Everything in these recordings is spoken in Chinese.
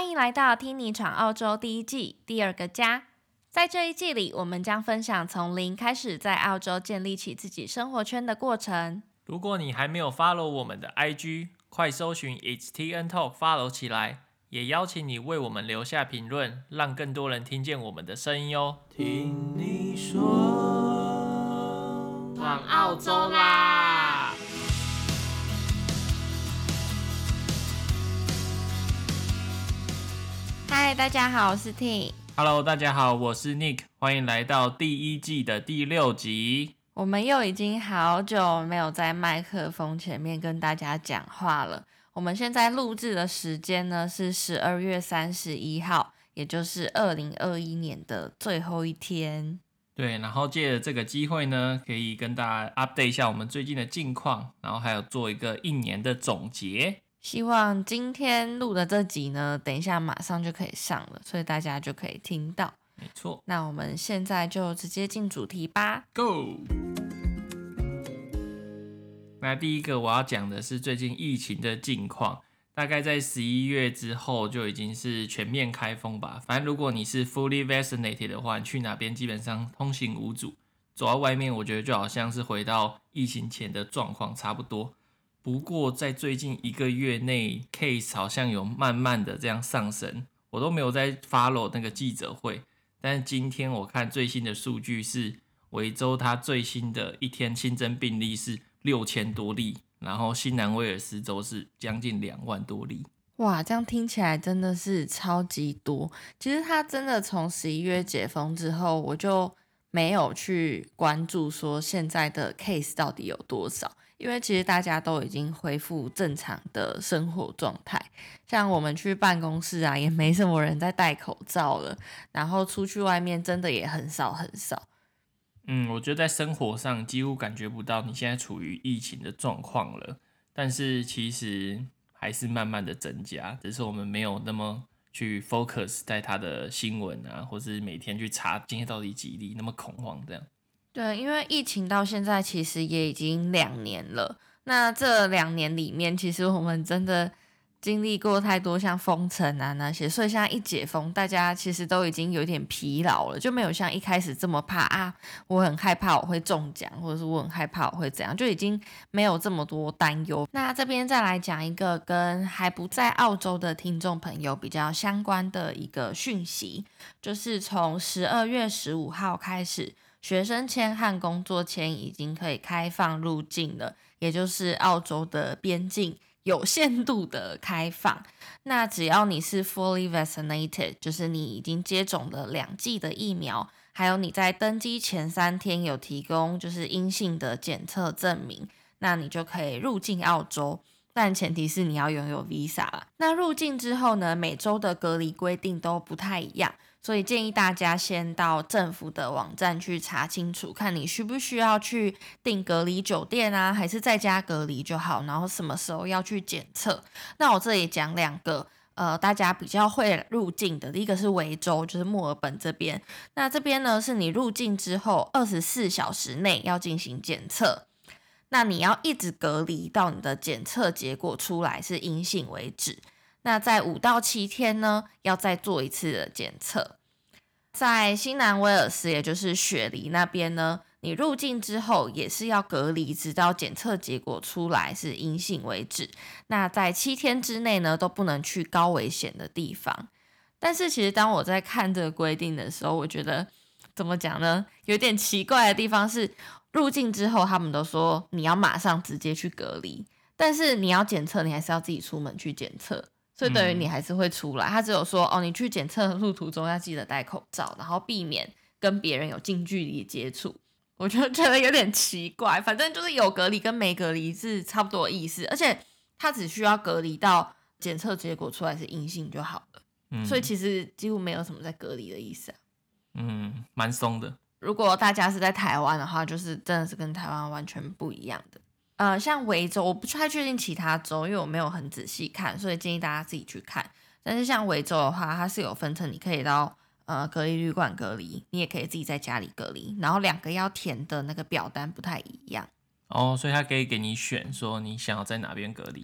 欢迎来到听你闯澳洲第一季第二个家。在这一季里，我们将分享从零开始在澳洲建立起自己生活圈的过程。 如果你还没有 follow 我们的 IG， 快搜寻 It's TN Talk follow 起来，也邀请你为我们留下评论，让更多人听见我们的声音哦。听你说， 闯澳洲啦！嗨，大家好，我是 T。Hello， 大家好，我是 Nick， 欢迎来到第一季的第6集。 我们又已经好久没有在麦克风前面跟大家讲话了。我们现在录制的时间呢是12月31号，也就是2021年的最后一天。 对，然后借着这个机会呢，可以跟大家 update 一下我们最近的近况，然后还有做一个1年的总结。 希望今天录的这集呢，等一下马上就可以上了，所以大家就可以听到。 没错， 那我们现在就直接进主题吧 ，Go！ 那第一个我要讲的是最近疫情的近况，大概在11月之后就已经是全面开封吧。反正如果你是 fully vaccinated 的话，你去哪边基本上通行无阻，走到外面我觉得就好像是回到疫情前的状况差不多。不过在最近1个月内 case 好像有慢慢的这样上升，我都没有在 follow 那个记者会，但是今天我看最新的数据是维州它最新的一天新增病例是6000多例，然后新南威尔斯州是将近2万多例。 哇，这样听起来真的是超级多。其实它真的从11月解封之后，我就没有去关注说现在的 case 到底有多少，因为其实大家都已经恢复正常的生活状态，像我们去办公室啊，也没什么人在戴口罩了，然后出去外面真的也很少很少。 我觉得在生活上几乎感觉不到你现在处于疫情的状况了，但是其实还是慢慢的增加，只是我们没有那么去 focus 在它的新闻啊，或是每天去查今天到底几例，那么恐慌这样。 对，因为疫情到现在其实也已经2年了，那这2年里面，其实我们真的经历过太多像封城啊那些，所以现在一解封，大家其实都已经有点疲劳了，就没有像一开始这么怕啊，我很害怕我会中奖，或者是我很害怕我会怎样，就已经没有这么多担忧。那这边再来讲一个跟还不在澳洲的听众朋友比较相关的一个讯息，就是从12月15号开始，学生签和工作签已经可以开放入境了，也就是澳洲的边境有限度的开放。那只要你是 fully vaccinated， 就是你已经接种了2剂的疫苗，还有你在登机前3天有提供就是阴性的检测证明，那你就可以入境澳洲。但前提是你要拥有 visa 啦。那入境之后呢，每周的隔离规定都不太一样，所以建议大家先到政府的网站去查清楚，看你需不需要去订隔离酒店啊，还是在家隔离就好，然后什么时候要去检测。那我这里讲2个大家比较会入境的，第一个是维州，就是墨尔本这边。那这边呢，是你入境之后24小时内要进行检测，那你要一直隔离到你的检测结果出来是阴性为止。那在5到7天呢，要再做一次的检测。在新南威尔斯，也就是雪梨那边呢，你入境之后也是要隔离，直到检测结果出来是阴性为止。那在7天之内呢，都不能去高危险的地方。但是其实当我在看这个规定的时候，我觉得怎么讲呢？有点奇怪的地方是，入境之后他们都说你要马上直接去隔离，但是你要检测，你还是要自己出门去检测。所以等于你还是会出来，他只有说你去检测的路途中要记得戴口罩，然后避免跟别人有近距离接触。我就觉得有点奇怪，反正就是有隔离跟没隔离是差不多的意思，而且他只需要隔离到检测结果出来是阴性就好了。所以其实几乎没有什么在隔离的意思啊。 蛮松的。 如果大家是在台湾的话，就是真的是跟台湾完全不一样的。像维州，我不太确定其他州，因为我没有很仔细看，所以建议大家自己去看。但是像维州的话，它是有分成，你可以到隔离旅馆隔离，你也可以自己在家里隔离，然后2个要填的那个表单不太一样。 所以他可以给你选，说你想要在哪边隔离。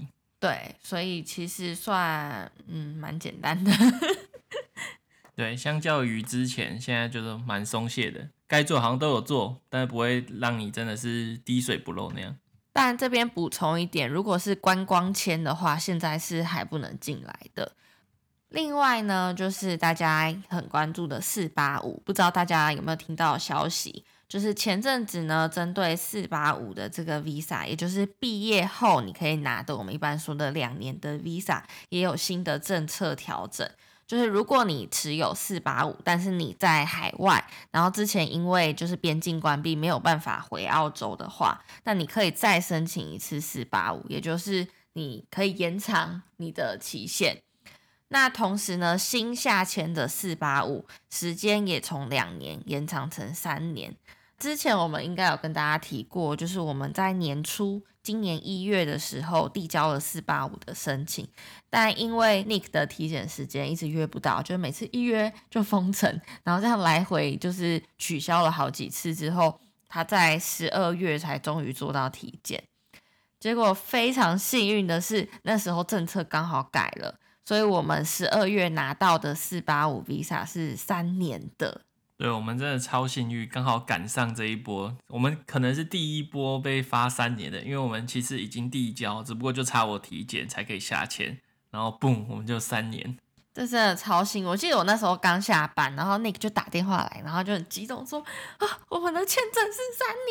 对，所以其实算蛮简单的。 对，相较于之前，现在就是蛮松懈的，该做好像都有做，但是不会让你真的是滴水不漏那样。 但这边补充一点，如果是观光签的话，现在是还不能进来的。另外呢，就是大家很关注的485，不知道大家有没有听到消息？就是前阵子呢，针对485的这个 Visa， 也就是毕业后你可以拿的我们一般说的2年的 Visa， 也有新的政策调整。就是如果你持有485，但是你在海外，然后之前因为就是边境关闭没有办法回澳洲的话，那你可以再申请一次485，也就是你可以延长你的期限。那同时呢，新下签的485时间也从2年延长成3年。之前我们应该有跟大家提过，就是我们在年初今年1月的时候递交了485的申请，但因为 Nick 的体检时间一直约不到，就每次一约就封城，然后这样来回就是取消了好几次之后，他在12月才终于做到体检。结果非常幸运的是，那时候政策刚好改了，所以我们12月拿到的485 Visa 是3年的。 对，我们真的超幸运，刚好赶上这一波。我们可能是第一波被发3年的，因为我们其实已经递交，只不过就差我体检才可以下签，然后 boom 我们就3年。 这真的超幸运！我记得我那时候刚下班，然后 Nick 就打电话来，然后就很激动说：“啊，我们的签证是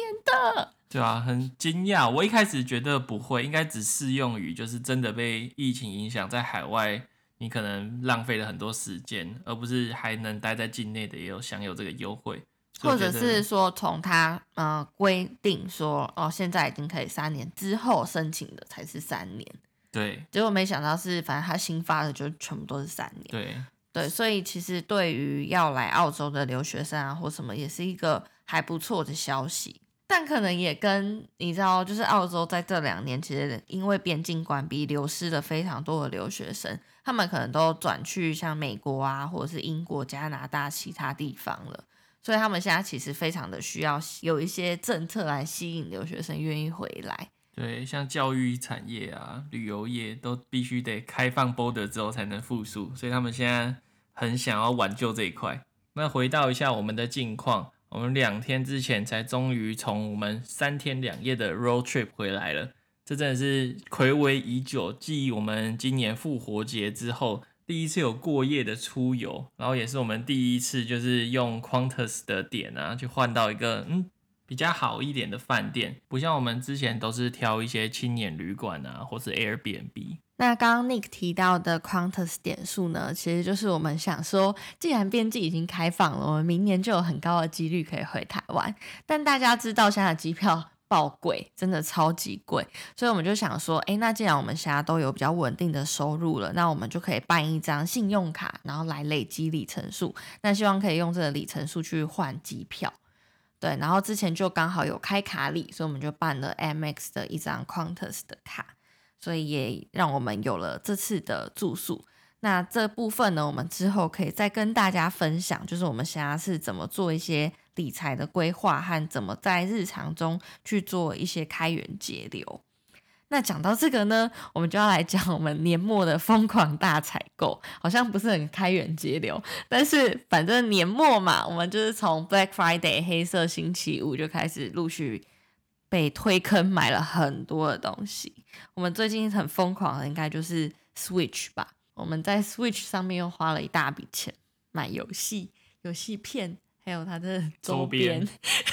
3年的。” 对啊，很惊讶。我一开始觉得不会，应该只适用于就是真的被疫情影响，在海外你可能浪费了很多时间，而不是还能待在境内的也有享有这个优惠。 或者是说从他规定说现在已经可以3年之后申请的才是3年。 对， 结果没想到是反正他新发的就全部都是3 年。 对，所以其实对于要来澳洲的留学生啊或什么也是一个还不错的消息。但可能也跟你知道，就是澳洲在这2年其实因为边境关闭流失了非常多的留学生，他们可能都转去像美国啊或者是英国、加拿大其他地方了，所以他们现在其实非常的需要有一些政策来吸引留学生愿意回来。 对，像教育产业啊、旅游业都必须得开放 border 之后才能复苏，所以他们现在很想要挽救这一块。那回到一下我们的近况，我们2天之前才终于从我们3天2夜的 road trip 回来了，这真的是睽违已久，继我们今年复活节之后第一次有过夜的出游，然后也是我们第一次就是用 Qantas 的点啊去换到一个比较好一点的饭店，不像我们之前都是挑一些青年旅馆啊，或是 Airbnb。 那刚刚 Nick 提到的 Qantas 点数呢，其实就是我们想说，既然边境已经开放了，我们明年就有很高的几率可以回台湾。但大家知道现在的机票爆贵，真的超级贵，所以我们就想说，那既然我们现在都有比较稳定的收入了，那我们就可以办一张信用卡，然后来累积里程数。那希望可以用这个里程数去换机票。对，然后之前就刚好有开卡礼，所以我们就办了 Amex 的一张 Qantas 的卡，所以也让我们有了这次的住宿。那这部分呢，我们之后可以再跟大家分享，就是我们现在是怎么做一些理财的规划，和怎么在日常中去做一些开源节流。那讲到这个呢，我们就要来讲我们年末的疯狂大采购，好像不是很开源节流，但是反正年末嘛，我们就是从 Black Friday 黑色星期五就开始陆续被推坑买了很多的东西。我们最近很疯狂的应该就是 Switch 吧，我们在 Switch 上面又花了一大笔钱买游戏片，还有它的周边。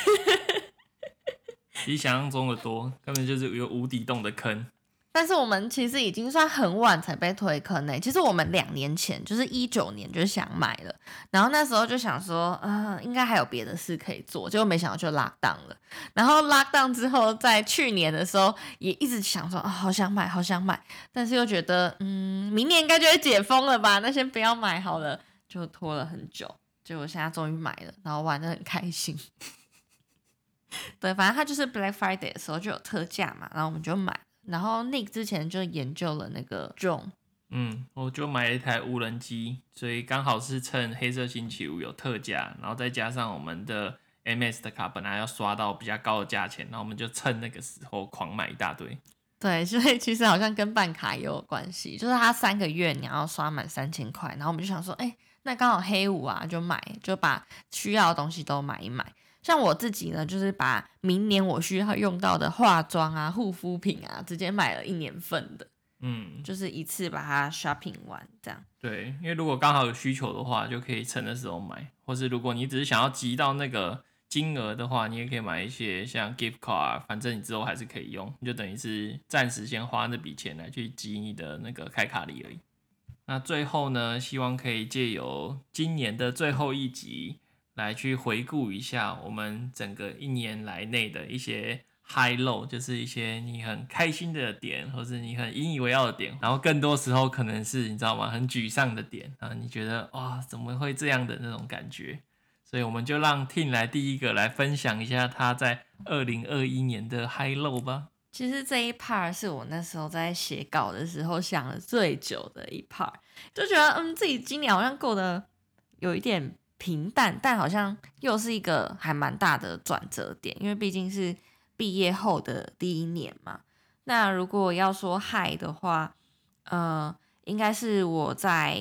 比想象中的多，根本就是有无底洞的坑。 但是我们其实已经算很晚才被推坑呢。其实我们2年前就是19年就想买了，然后那时候就想说，应该还有别的事可以做，结果没想到就 lock down 了。然后 lock down 之后，在去年的时候也一直想说，好想买，但是又觉得，明年应该就会解封了吧，那先不要买好了，就拖了很久。结果现在终于买了，然后玩得很开心。对，反正它就是 Black Friday 的时候就有特价嘛，然后我们就买。然后 Nick 之前就研究了那个 drone， 我就买了一台无人机，所以刚好是趁黑色星期五有特价，然后再加上我们的 MS 的卡本来要刷到比较高的价钱，然后我们就趁那个时候狂买一大堆。 对，所以其实好像跟办卡也有关系，就是它3个月你要刷满3000块，然后我们就想说，那刚好黑五啊，就买，就把需要的东西都买一买。像我自己呢，就是把明年我需要用到的化妆啊、护肤品啊，直接买了1年份的，就是一次把它 shopping 完这样。 对，因为如果刚好有需求的话，就可以趁的时候买，或是如果你只是想要集到那个金额的话，你也可以买一些像 gift card，反正你之后还是可以用，你就等于是暂时先花那笔钱来去集你的那个开卡礼而已。那最后呢，希望可以借由今年的最后一集来去回顾一下我们整个1年来内的一些 high low， 就是一些你很开心的点，或是你很引以为傲的点，然后更多时候可能是你知道吗，很沮丧的点啊，你觉得哇怎么会这样的那种感觉。所以我们就让 Ting 来第一个来分享一下他在2021年的 high low 吧。 其实这一 part 是我那时候在写稿的时候想了最久的一 part， 就觉得自己今年好像过得有一点平淡，但好像又是一个还蛮大的转折点，因为毕竟是毕业后的第一年嘛。那如果要说嗨的话，应该是我在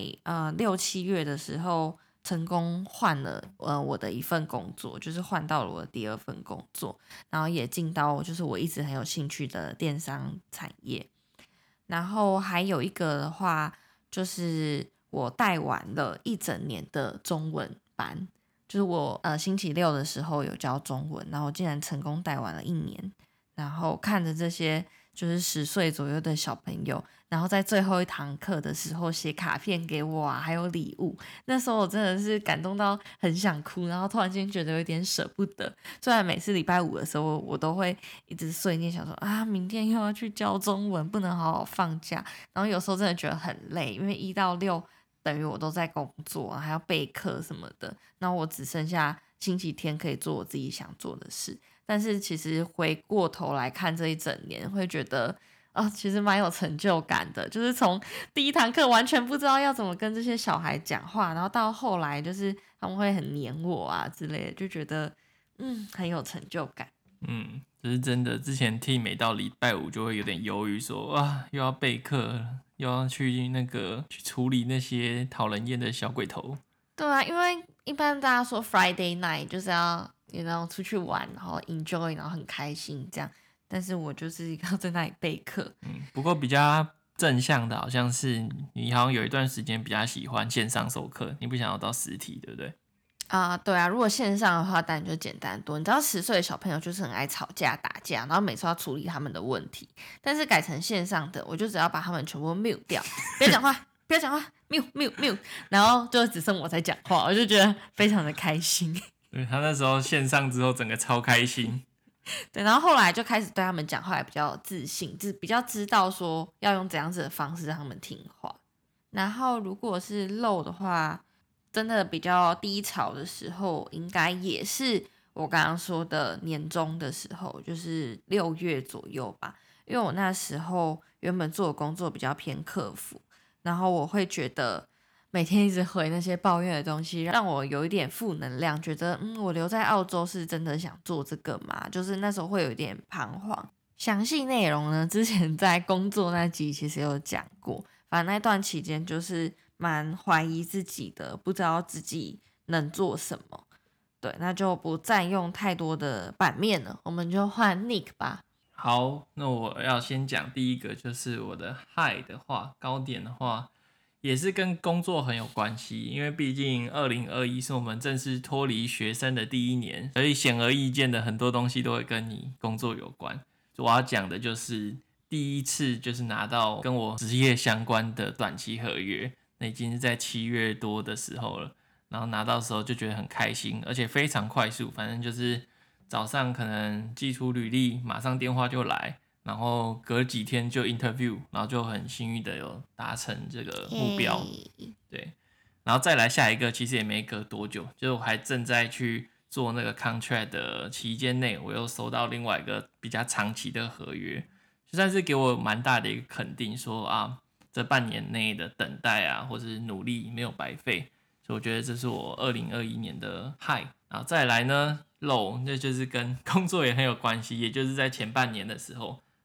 6、7月的时候成功换了我的一份工作，就是换到了我的第2份工作，然后也进到就是我一直很有兴趣的电商产业。然后还有一个的话，就是我带完了1整年的中文班，就是我星期6的时候有教中文，然后竟然成功带完了1年，然后看着这些就是10岁左右的小朋友，然后在最后一堂课的时候写卡片给我啊，还有礼物，那时候我真的是感动到很想哭，然后突然间觉得有点舍不得。虽然每次礼拜5的时候我都会一直碎念，想说啊，明天又要去教中文，不能好好放假。然后有时候真的觉得很累，因为1到6等于我都在工作，还要备课什么的，然后我只剩下星期天可以做我自己想做的事。但是其实回过头来看这一整年，会觉得其实蛮有成就感的。就是从第1堂课完全不知道要怎么跟这些小孩讲话，然后到后来就是他们会很黏我啊之类的，就觉得很有成就感。 这是真的。之前 T 每到礼拜5就会有点忧郁，说啊又要备课了，又要去去处理那些讨人厌的小鬼头。 对啊，因为一般大家说 Friday night 就是要出去玩，然后 enjoy， 然后很开心这样。但是我就是要在那里备课。 不过比较正向的好像是你好像有一段时间比较喜欢线上授课，你不想要到实体，对不对？ 对啊，如果线上的话，当然就简单多。你知道10岁的小朋友就是很爱吵架打架，然后每次要处理他们的问题。但是改成线上的，我就只要把他们全部 mute 掉，不要讲话，不要讲话，mute，然后就只剩我在讲话，我就觉得非常的开心。 对，他那时候线上之后整个超开心。 对，然后后来就开始对他们讲话也比较有自信，比较知道说要用怎样子的方式让他们听话。然后如果是漏的话，真的比较低潮的时候，应该也是我刚刚说的年终的时候，就是6月左右吧。因为我那时候原本做的工作比较偏客服，然后我会觉得每天一直回那些抱怨的东西，让我有一点负能量，觉得我留在澳洲是真的想做这个吗？就是那时候会有一点彷徨。详细内容呢，之前在工作那集其实有讲过。反正那段期间就是蛮怀疑自己的，不知道自己能做什么。对，那就不占用太多的版面了，我们就换 Nick 吧。 好，那我要先讲第一个，就是我的 high 的话，高点的话，也是跟工作很有关系，因为毕竟2021是我们正式脱离学生的第一年，所以显而易见的很多东西都会跟你工作有关。我要讲的就是第一次就是拿到跟我职业相关的短期合约，那已经是在7月多的时候了，然后拿到的时候就觉得很开心，而且非常快速，反正就是早上可能寄出履历，马上电话就来，然后隔几天就 interview， 然后就很幸运的有达成这个目标。对，然后再来下一个，其实也没隔多久，就是我还正在去做那个 contract 的期间内，我又收到另外一个比较长期的合约，就算是给我蛮大的一个肯定，说啊，这半年内的等待啊，或是努力没有白费，所以我觉得这是我2021年的 high。然后再来呢 low，那就是跟工作也很有关系，也就是在前半年的时候，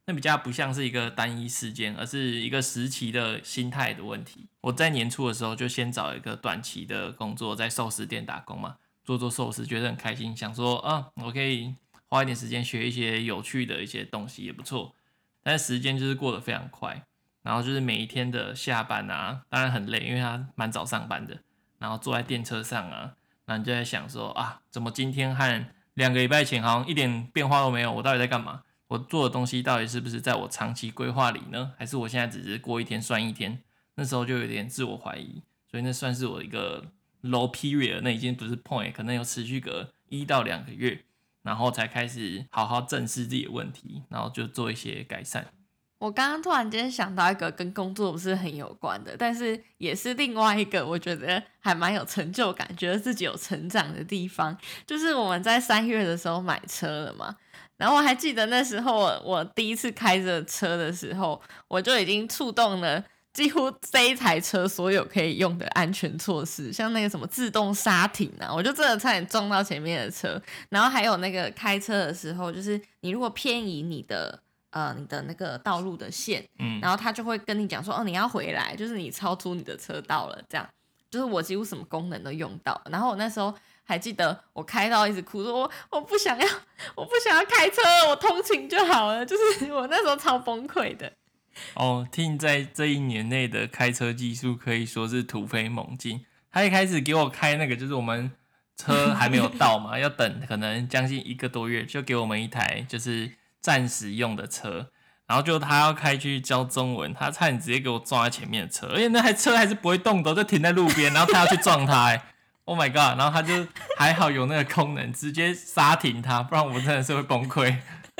那比较不像是一个单一事件，而是一个时期的心态的问题。我在年初的时候就先找一个短期的工作，在寿司店打工嘛，做寿司，觉得很开心，想说我可以花一点时间学一些有趣的一些东西也不错。但是时间就是过得非常快，然后就是每一天的下班啊，当然很累，因为他蛮早上班的，然后坐在电车上啊，然后你就在想说怎么今天和2个礼拜前好像一点变化都没有，我到底在干嘛？我做的东西到底是不是在我长期规划里呢？还是我现在只是过一天算一天？那时候就有点自我怀疑，所以那算是我一个 low period， 那已经不是 point， 可能有持续个1到2个月，然后才开始好好正视自己的问题，然后就做一些改善。 我刚刚突然间想到一个跟工作不是很有关的，但是也是另外一个我觉得还蛮有成就感，觉得自己有成长的地方，就是我们在3月的时候买车了嘛。然后我还记得那时候我第一次开着车的时候，我就已经触动了几乎这一台车所有可以用的安全措施，像那个什么自动刹停啊，我就真的差点撞到前面的车。然后还有那个开车的时候，就是你如果偏移你的那个道路的线，然后他就会跟你讲说，你要回来，就是你超出你的车道了，这样，就是我几乎什么功能都用到。然后我那时候还记得，我开到一直哭说我不想要开车，我通勤就好了，就是我那时候超崩溃的。 Tim 在这1年内的开车技术可以说是突飞猛进。他一开始给我开那个，就是我们车还没有到嘛，要等可能将近1个多月，就给我们一台就是暂时用的车，然后就他要开去教中文，他差点直接给我撞在前面的车，而且那台车还是不会动的，就停在路边，然后他要去撞他，Oh my god！ 然后他就还好有那个功能，直接刹停他，不然我真的是会崩溃。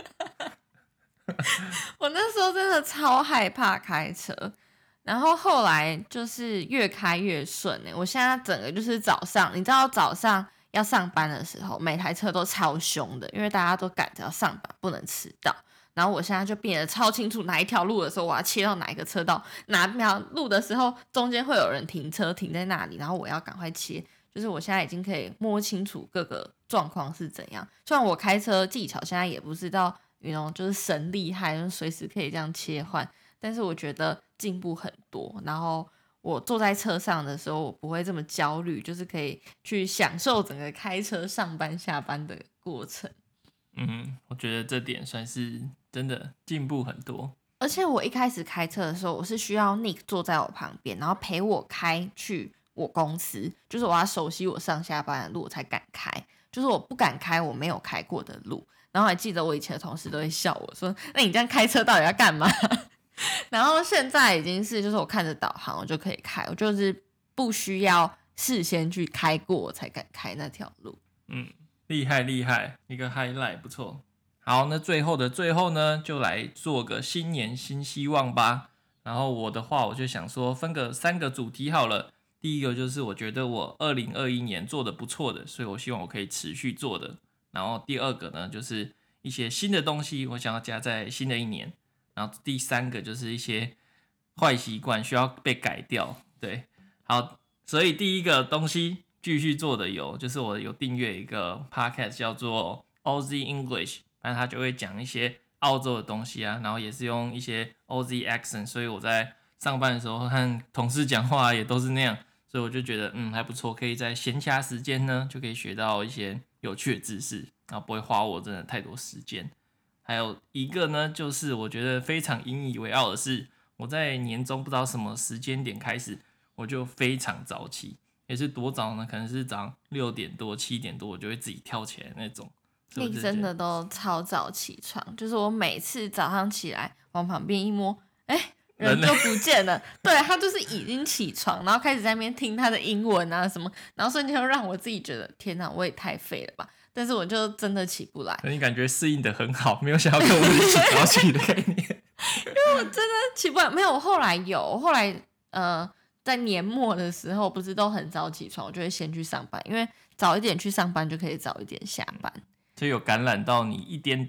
我那时候真的超害怕开车，然后后来就是越开越顺我现在整个就是早上，你知道早上要上班的时候，每台车都超凶的，因为大家都赶着要上班，不能迟到。然后我现在就变得超清楚哪一条路的时候我要切到哪一个车道，哪条路的时候中间会有人停车停在那里，然后我要赶快切。就是我现在已经可以摸清楚各个状况是怎样。虽然我开车技巧现在也不是到就是神厉害，就是随时可以这样切换，但是我觉得进步很多。然后我坐在车上的时候，我不会这么焦虑，就是可以去享受整个开车上班下班的过程。 我觉得这点算是真的进步很多。 而且我一开始开车的时候，我是需要 Nick 坐在我旁边，然后陪我开去我公司，就是我要熟悉我上下班的路我才敢开，就是我不敢开我没有开过的路。然后还记得我以前的同事都会笑我说，那你这样开车到底要干嘛？然后现在已经是就是我看着导航我就可以开，我就是不需要事先去开过我才敢开那条路。 厉害厉害，一个 highlight 不错。好，那最后的最后呢，就来做个新年新希望吧。然后我的话，我就想说分个3个主题好了。第一个就是我觉得我2021年做的不错的，所以我希望我可以持续做的。然后第2个呢，就是一些新的东西，我想要加在新的一年。然后第3个就是一些坏习惯需要被改掉。对，好，所以第一个东西继续做的就是我有订阅一个 podcast 叫做 Aussie English， 但他就会讲一些澳洲的东西啊，然后也是用一些 Aussie accent， 所以我在上班的时候和同事讲话也都是那样，所以我就觉得还不错，可以在闲暇时间呢就可以学到一些有趣的知识，然后不会花我真的太多时间。还有一个呢，就是我觉得非常引以为傲的是，我在年终不知道什么时间点开始，我就非常早起，也是多早呢？可能是早上6点多、7点多，我就会自己跳起来那种。 你真的都超早起床，就是我每次早上起来往旁边一摸，人就不见了。对，他就是已经起床，然后开始在那边听他的英文啊什么，然后瞬间就让我自己觉得天哪，我也太废了吧。但是我就真的起不来。 你感觉适应的很好，没有想要跟我一起早起的概念。 因为我真的起不来，没有，我后来在年末的时候不是都很早起床，我就会先去上班，因为早一点去上班就可以早一点下班。 就有感染到你一点点。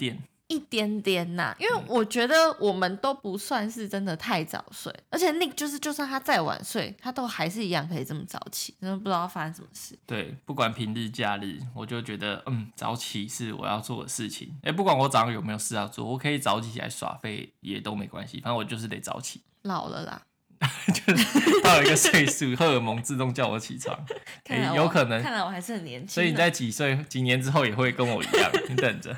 一点点呐，因为我觉得我们都不算是真的太早睡，而且Nick就算他再晚睡，他都还是一样可以这么早起，真的不知道发生什么事。 对，不管平日假日，我就觉得早起是我要做的事情。不管我早上有没有事要做，我可以早起来耍废也都没关系，反正我就是得早起。 老了啦， 就是到了一个岁数，荷尔蒙自动叫我起床。有可能， 看来我还是很年轻。 所以你在几年之后也会跟我一样，你等着。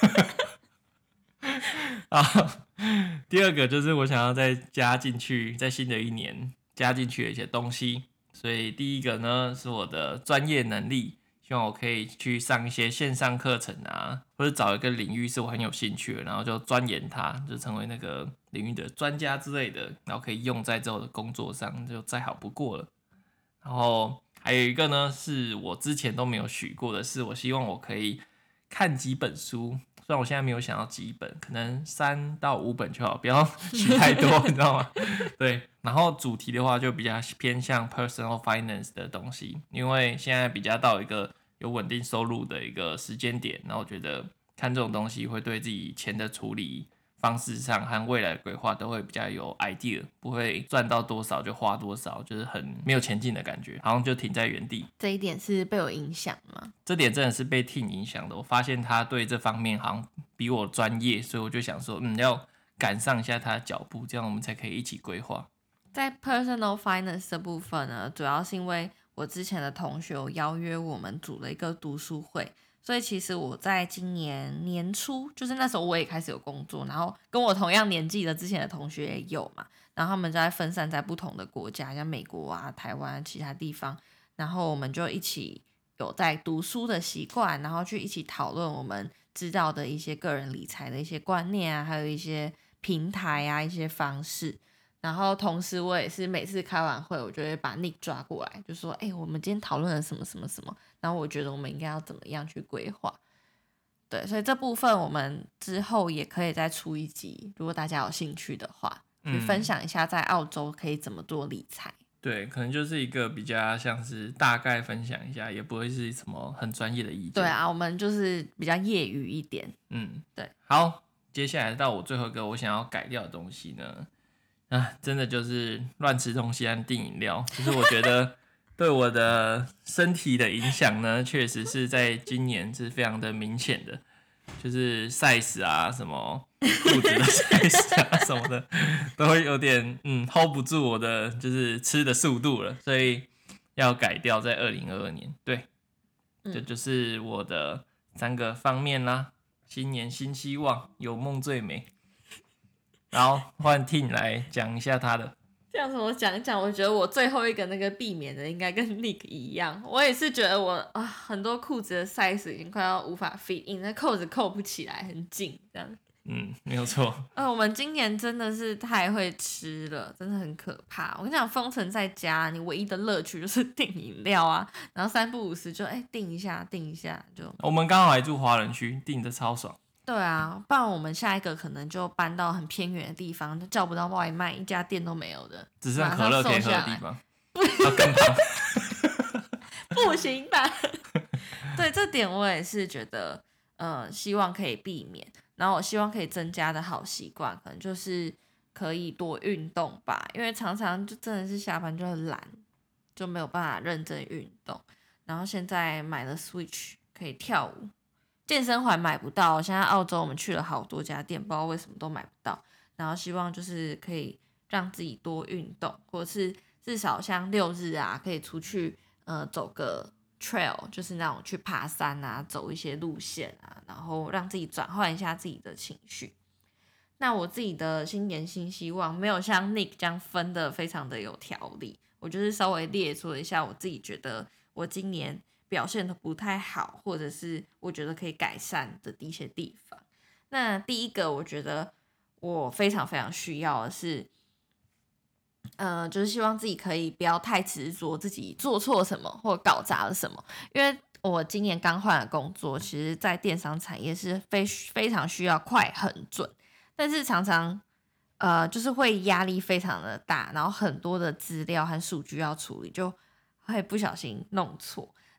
第二个就是我想要再加进去，在新的一年加进去的一些东西。所以第一个呢是我的专业能力，希望我可以去上一些线上课程啊，或者找一个领域是我很有兴趣的，然后就钻研它，就成为那个领域的专家之类的，然后可以用在之后的工作上，就再好不过了。然后还有一个呢是我之前都没有许过的是，我希望我可以看几本书。虽然我现在没有想到几本，可能3到5本就好，不要许太多，你知道吗？对，然后主题的话就比较偏向 personal finance 的东西，因为现在比较到一个有稳定收入的一个时间点，然后我觉得看这种东西会对自己钱的处理方式上和未来的规划都会比较有 idea， 不会赚到多少就花多少，就是很没有前进的感觉，好像就停在原地。 这一点是被我影响吗？ 这点真的是被 Tim 影响的，我发现他对这方面好像比我专业，所以我就想说，要赶上一下他的脚步，这样我们才可以一起规划。 在 personal finance 的部分呢，主要是因为我之前的同学有邀约我们组了一个读书会，所以其实我在今年年初，就是那时候我也开始有工作，然后跟我同样年纪的之前的同学也有嘛，然后他们就在分散在不同的国家，像美国啊、台湾其他地方，然后我们就一起有在读书的习惯，然后去一起讨论我们知道的一些个人理财的一些观念啊，还有一些平台啊、一些方式。然后同时我也是每次开完会，我就会把 Nick 抓过来，就说：“哎、我们今天讨论了什么什么什么，然后我觉得我们应该要怎么样去规划。”对，所以这部分我们之后也可以再出一集，如果大家有兴趣的话，去分享一下在澳洲可以怎么做理财。 对，可能就是一个比较像是大概分享一下，也不会是什么很专业的意见。 对啊，我们就是比较业余一点。对。 好，接下来到我最后一个我想要改掉的东西呢，真的就是乱吃东西和订饮料，就是我觉得对我的身体的影响呢，确实是在今年是非常的明显的，就是 size 啊，什么裤子的 size 啊什么的，都会有点hold 不住我的就是吃的速度了，所以要改掉在2022年。对，这就是我的3个方面啦。新年新希望，有梦最美。然后换 Tim 来讲一下他的。 这样子我讲一讲，我觉得我最后一个那个避免的应该跟 Nick 一样，我也是觉得我很多裤子的 size 已经快要无法 fit in， 那扣子扣不起来，很紧这样。 没有错。 我们今年真的是太会吃了，真的很可怕。我跟你讲，封城在家，你唯一的乐趣就是订饮料啊，然后3不5时就订一下就。 我们刚好还住华人区，订的超爽。 对啊，不然我们下一个可能就搬到很偏远的地方，就叫不到外卖，一家店都没有的， 只剩可乐可以喝的地方，更胖。 不行吧？对，这点我也是觉得，希望可以避免。然后我希望可以增加的好习惯，可能就是可以多运动吧，因为常常就真的是下班就很懒，就没有办法认真运动。然后现在买了 Switch 可以跳舞。健身环买不到，现在澳洲我们去了好多家店，不知道为什么都买不到。然后希望就是可以让自己多运动，或者是至少像6日啊，可以出去走个 trail， 就是那种去爬山啊，走一些路线啊，然后让自己转换一下自己的情绪。那我自己的新年新希望没有像 Nick 这样分的非常的有条理，我就是稍微列出了一下我自己觉得我今年表现的不太好，或者是我觉得可以改善的一些地方。那第一个我觉得我非常非常需要的是就是希望自己可以不要太执着自己做错什么或搞砸了什么，因为我今年刚换了工作，其实在电商产业是非常需要快很准，但是常常就是会压力非常的大，然后很多的资料和数据要处理，就会不小心弄错。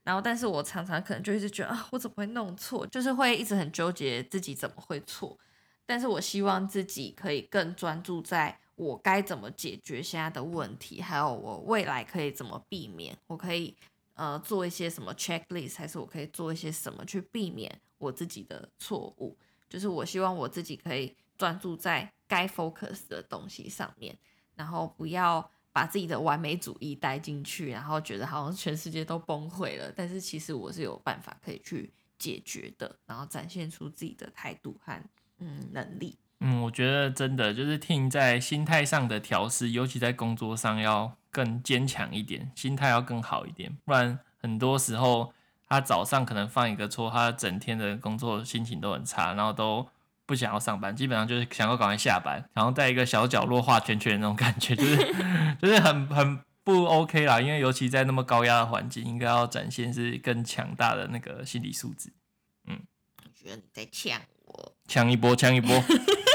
然后但是我常常可能就一直觉得啊，我怎么会弄错，就是会一直很纠结自己怎么会错。但是我希望自己可以更专注在我该怎么解决现在的问题，还有我未来可以怎么避免，我可以做一些什么 checklist， 还是我可以做一些什么去避免我自己的错误。就是我希望我自己可以专注在该 focus 的东西上面，然后不要把自己的完美主义带进去，然后觉得好像全世界都崩溃了，但是其实我是有办法可以去解决的，然后展现出自己的态度和能力。 我觉得真的就是听在心态上的调试，尤其在工作上要更坚强一点，心态要更好一点，不然很多时候他早上可能犯一个错，他整天的工作心情都很差，然后都不想要上班，基本上就是想要赶快下班，然后在一个小角落画圈圈的那种感觉，就是很不 OK 啦。因为尤其在那么高压的环境，应该要展现是更强大的那个心理素质。 我觉得你在呛我， 呛一波，呛一波。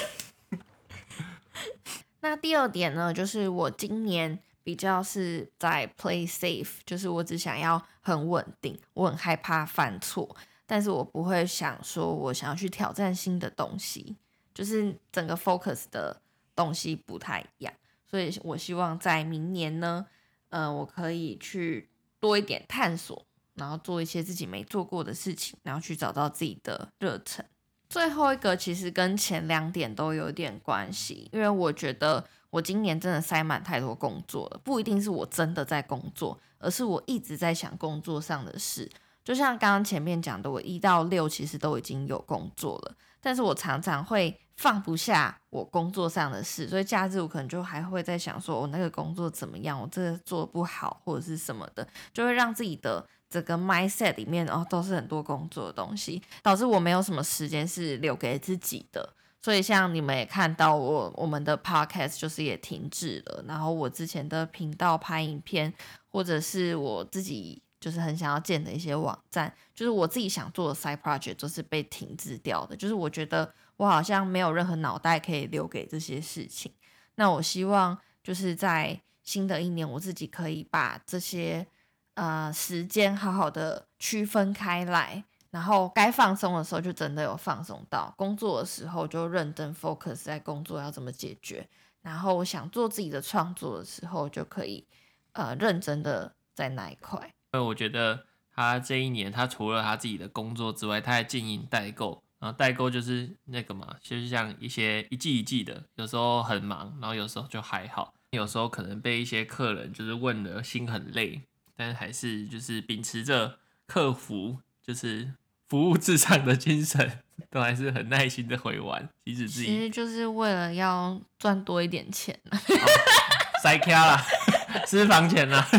那第二点呢，就是我今年比较是在 play safe， 就是我只想要很稳定，我很害怕犯错，但是我不会想说我想要去挑战新的东西，就是整个 focus 的东西不太一样，所以我希望在明年呢，我可以去多一点探索，然后做一些自己没做过的事情，然后去找到自己的热忱。最后一个其实跟前2点都有点关系，因为我觉得我今年真的塞满太多工作了，不一定是我真的在工作，而是我一直在想工作上的事。就像刚刚前面讲的，我1到6其实都已经有工作了，但是我常常会放不下我工作上的事，所以假日我可能就还会在想说我那个工作怎么样，我这个做不好或者是什么的，就会让自己的整个 mindset 里面都是很多工作的东西，导致我没有什么时间是留给自己的。所以像你们也看到我们的 podcast 就是也停滞了，然后我之前的频道拍影片，或者是我自己就是很想要建的一些网站，就是我自己想做的 side project 都是被停滞掉的，就是我觉得我好像没有任何脑袋可以留给这些事情。那我希望就是在新的一年，我自己可以把这些时间好好的区分开来，然后该放松的时候就真的有放松到，工作的时候就认真 focus 在工作要怎么解决，然后我想做自己的创作的时候就可以认真的在那一块。 我觉得他这一年，他除了他自己的工作之外，他还经营代购。然后代购就是那个嘛，就是像一些一季一季的，有时候很忙，然后有时候就还好，有时候可能被一些客人就是问的心很累，但是还是就是秉持着客服就是服务至上的精神，都还是很耐心的回完，即使自己其实就是为了要赚多一点钱塞卡啦，私房钱啦。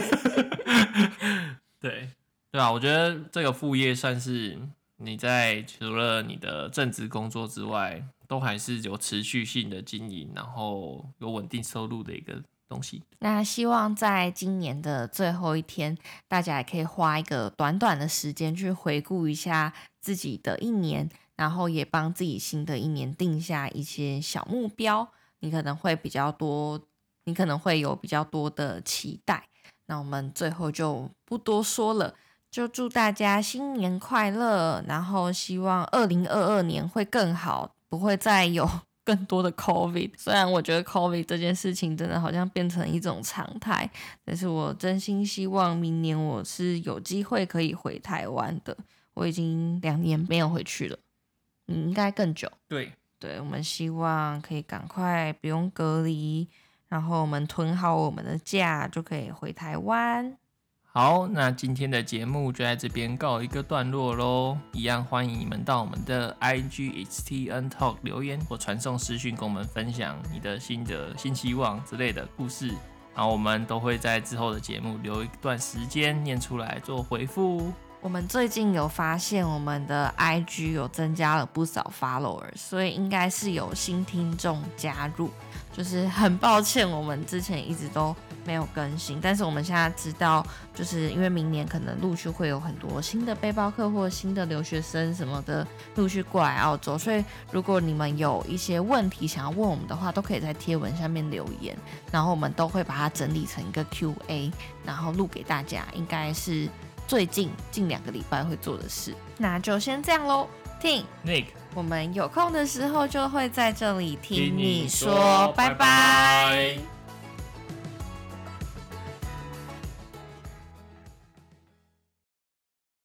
对啊，我觉得这个副业算是你在除了你的正职工作之外，都还是有持续性的经营，然后有稳定收入的一个东西。 那希望在今年的最后一天，大家也可以花一个短短的时间去回顾一下自己的一年，然后也帮自己新的一年定下一些小目标。你可能会有比较多的期待。那我们最后就不多说了，就祝大家新年快乐，然后希望2022年会更好，不会再有更多的 COVID。 虽然我觉得 COVID 这件事情真的好像变成一种常态，但是我真心希望明年我是有机会可以回台湾的。我已经2年没有回去了，你应该更久。 对， 我们希望可以赶快不用隔离，然后我们囤好我们的假就可以回台湾。 好，那今天的节目就在这边告一个段落咯。一样欢迎你们到我们的 IG HTN Talk 留言或传送私讯跟我们分享你的新希望之类的故事，然后我们都会在之后的节目留一段时间念出来做回复。 我们最近有发现我们的 IG 有增加了不少 follower， 所以应该是有新听众加入，就是很抱歉我们之前一直都没有更新，但是我们现在知道，就是因为明年可能陆续会有很多新的背包客或新的留学生什么的陆续过来澳洲，所以如果你们有一些问题想要问我们的话，都可以在贴文下面留言，然后我们都会把它整理成一个 QA， 然后录给大家，应该是最近2个礼拜会做的事。那就先这样咯。听 Nick， 我们有空的时候就会在这里听你说，拜拜拜。